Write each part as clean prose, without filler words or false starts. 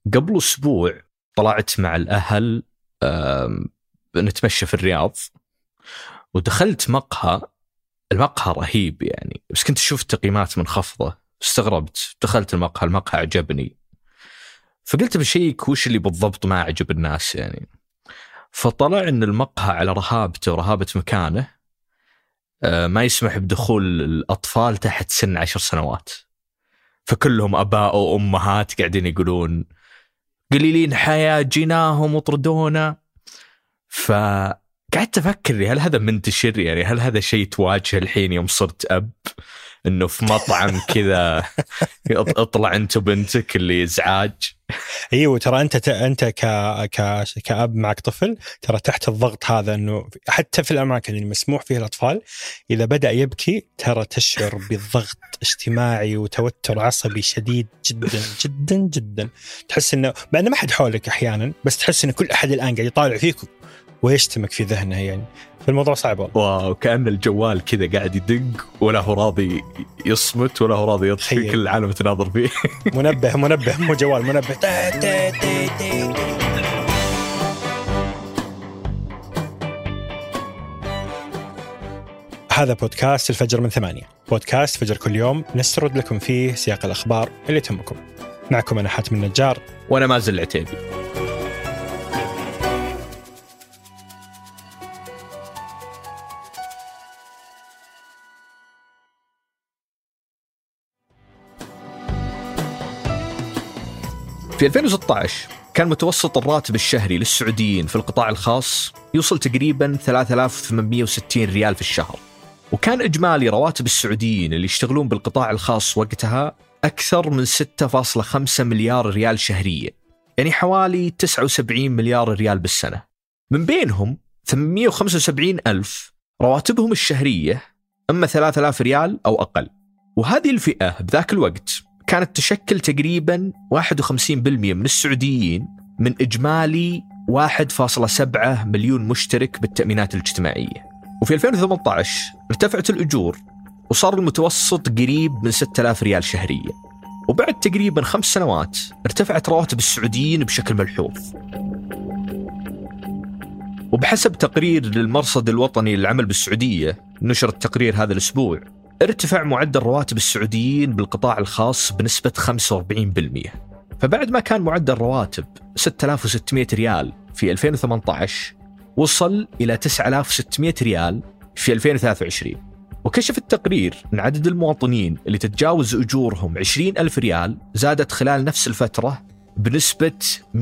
قبل أسبوع طلعت مع الأهل نتمشى في الرياض، ودخلت مقهى. المقهى رهيب يعني، بس كنت أشوف تقييمات منخفضة، استغربت. دخلت المقهى عجبني، فقلت بشيك وش اللي بالضبط ما عجب الناس يعني. فطلع إن المقهى على رهابة مكانه ما يسمح بدخول الأطفال تحت سن 10 سنوات. فكلهم أباء وأمهات قاعدين يقولون قليلين حياة، جيناهم وطردونا. فقعدت أفكر هل هذا منتشر يعني؟ هل هذا شيء تواجه الحين يوم صرت أب، إنه في مطعم كذا اطلع أنت وبنتك اللي إزعاج؟ ايوه، ترى انت كأب معك طفل، ترى تحت الضغط هذا، انه حتى في الاماكن اللي مسموح فيها الاطفال اذا بدا يبكي ترى تشعر بالضغط اجتماعي وتوتر عصبي شديد جدا جدا جدا. تحس انه مع انه ما حد حولك احيانا، بس تحس ان كل احد الان قاعد يطالع فيك ويشتمك في ذهنه يعني. فالموضوع صعب والله. واو، كأن الجوال كذا قاعد يدق ولا هو راضي يصمت ولا هو راضي يطفي، كل العالم تناظر فيه. منبه مو جوال، منبه. هذا بودكاست الفجر من 8، بودكاست فجر كل يوم نسرد لكم فيه سياق الأخبار اللي تهمكم. معكم أنا حاتم النجار، وأنا مازل العتيبي. في 2016 كان متوسط الراتب الشهري للسعوديين في القطاع الخاص يوصل تقريبا 3860 ريال في الشهر، وكان إجمالي رواتب السعوديين اللي يشتغلون بالقطاع الخاص وقتها أكثر من 6.5 مليار ريال شهريا، يعني حوالي 79 مليار ريال بالسنة. من بينهم 875 ألف رواتبهم الشهرية أما 3000 ريال أو أقل، وهذه الفئة بذاك الوقت كانت تشكل تقريباً 51% من السعوديين من إجمالي 1.7 مليون مشترك بالتأمينات الاجتماعية. وفي 2018 ارتفعت الأجور وصار المتوسط قريب من 6000 ريال شهريا، وبعد تقريباً 5 سنوات ارتفعت رواتب السعوديين بشكل ملحوظ. وبحسب تقرير للمرصد الوطني للعمل بالسعودية نشر التقرير هذا الأسبوع، ارتفع معدل رواتب السعوديين بالقطاع الخاص بنسبة 45%. فبعد ما كان معدل رواتب 6600 ريال في 2018 وصل إلى 9600 ريال في 2023. وكشف التقرير أن عدد المواطنين اللي تتجاوز أجورهم 20,000 ريال زادت خلال نفس الفترة بنسبة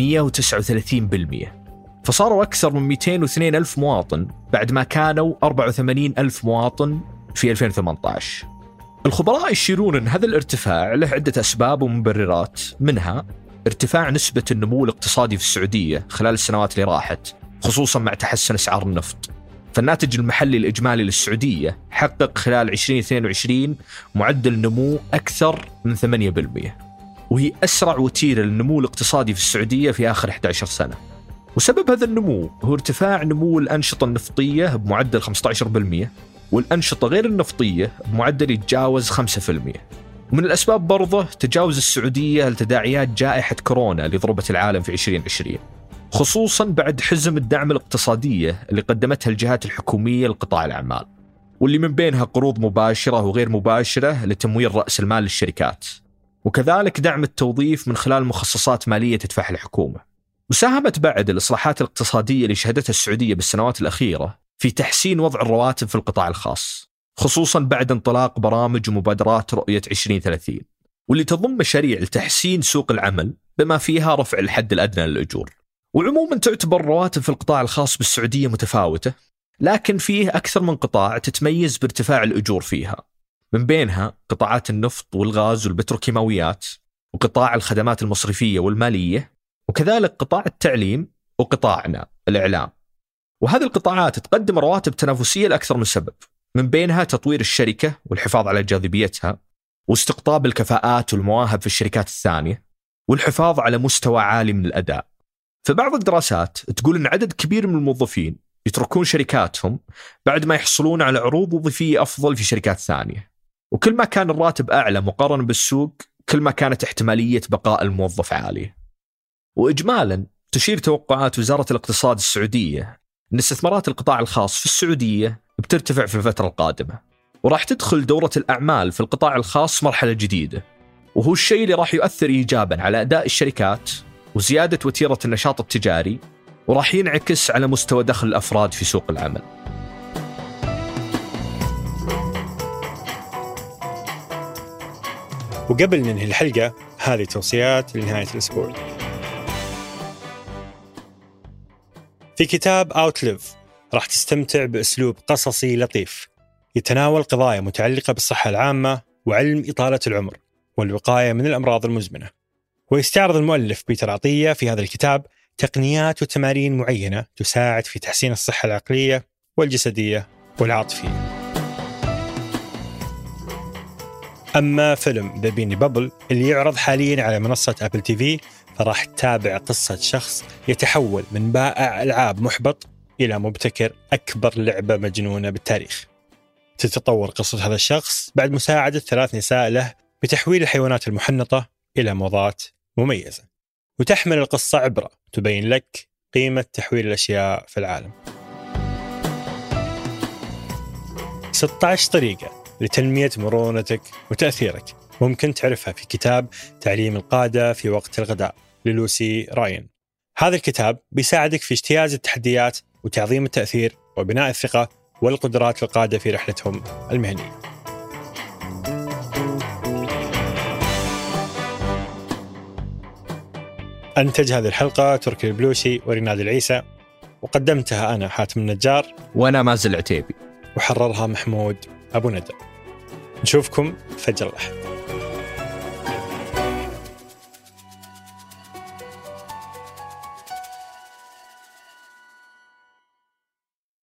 139%، فصاروا أكثر من 202,000 مواطن بعد ما كانوا 84,000 مواطن في 2018. الخبراء يشيرون أن هذا الارتفاع له عدة أسباب ومبررات، منها ارتفاع نسبة النمو الاقتصادي في السعودية خلال السنوات اللي راحت، خصوصا مع تحسن أسعار النفط. فالناتج المحلي الإجمالي للسعودية حقق خلال 2022 معدل نمو أكثر من 8%، وهي أسرع وتيرة للنمو الاقتصادي في السعودية في آخر 11 سنة. وسبب هذا النمو هو ارتفاع نمو الأنشطة النفطية بمعدل 15%، والأنشطة غير النفطية بمعدل يتجاوز 5%. ومن الأسباب برضه تجاوز السعودية لتداعيات جائحة كورونا اللي ضربت العالم في 2020، خصوصا بعد حزم الدعم الاقتصادية اللي قدمتها الجهات الحكومية لقطاع الأعمال، واللي من بينها قروض مباشرة وغير مباشرة لتمويل رأس المال للشركات، وكذلك دعم التوظيف من خلال مخصصات مالية تدفعها الحكومة. وساهمت بعد الإصلاحات الاقتصادية اللي شهدتها السعودية بالسنوات الأخيرة في تحسين وضع الرواتب في القطاع الخاص، خصوصا بعد انطلاق برامج ومبادرات رؤية 2030، واللي تضم مشاريع لتحسين سوق العمل بما فيها رفع الحد الأدنى للأجور. وعموما تعتبر الرواتب في القطاع الخاص بالسعودية متفاوتة، لكن فيه أكثر من قطاع تتميز بارتفاع الأجور فيها، من بينها قطاعات النفط والغاز والبتروكيماويات، وقطاع الخدمات المصرفية والمالية، وكذلك قطاع التعليم وقطاعنا الإعلام. وهذه القطاعات تقدم رواتب تنافسية لأكثر من سبب، من بينها تطوير الشركة والحفاظ على جاذبيتها، واستقطاب الكفاءات والمواهب في الشركات الثانية، والحفاظ على مستوى عالي من الأداء. فبعض الدراسات تقول أن عدد كبير من الموظفين يتركون شركاتهم بعد ما يحصلون على عروض وظيفية أفضل في شركات ثانية، وكل ما كان الراتب أعلى مقارنة بالسوق كل ما كانت احتمالية بقاء الموظف عالية. وإجمالا تشير توقعات وزارة الاقتصاد السعودية أن استثمارات القطاع الخاص في السعودية بترتفع في الفترة القادمة، وراح تدخل دورة الأعمال في القطاع الخاص مرحلة جديدة، وهو الشيء اللي راح يؤثر إيجابا على أداء الشركات وزيادة وتيرة النشاط التجاري، وراح ينعكس على مستوى دخل الأفراد في سوق العمل. وقبل ننهي الحلقة هذه توصيات لنهاية الأسبوع. في كتاب Outlive راح تستمتع بأسلوب قصصي لطيف يتناول قضايا متعلقة بالصحة العامة وعلم إطالة العمر والوقاية من الأمراض المزمنة. ويستعرض المؤلف بيتر عطية في هذا الكتاب تقنيات وتمارين معينة تساعد في تحسين الصحة العقلية والجسدية والعاطفية. أما فيلم The Beanie Bubble اللي يعرض حاليا على منصة أبل تي في، فراح تتابع قصة شخص يتحول من بائع ألعاب محبط إلى مبتكر أكبر لعبة مجنونة بالتاريخ. تتطور قصة هذا الشخص بعد مساعدة 3 نساء له بتحويل الحيوانات المحنطة إلى موضات مميزة. وتحمل القصة عبرة تبين لك قيمة تحويل الأشياء في العالم. 16 طريقة لتنمية مرونتك وتأثيرك ممكن تعرفها في كتاب تعليم القادة في وقت الغداء للوسي راين. هذا الكتاب بيساعدك في اجتياز التحديات وتعظيم التأثير وبناء الثقة والقدرات للقادة في رحلتهم المهنية. أنتج هذه الحلقة تركي البلوشي وريناد العيسى، وقدمتها أنا حاتم النجار، وأنا مازل العتيبي، وحررها محمود أبو ندى. نشوفكم فجر الأحد.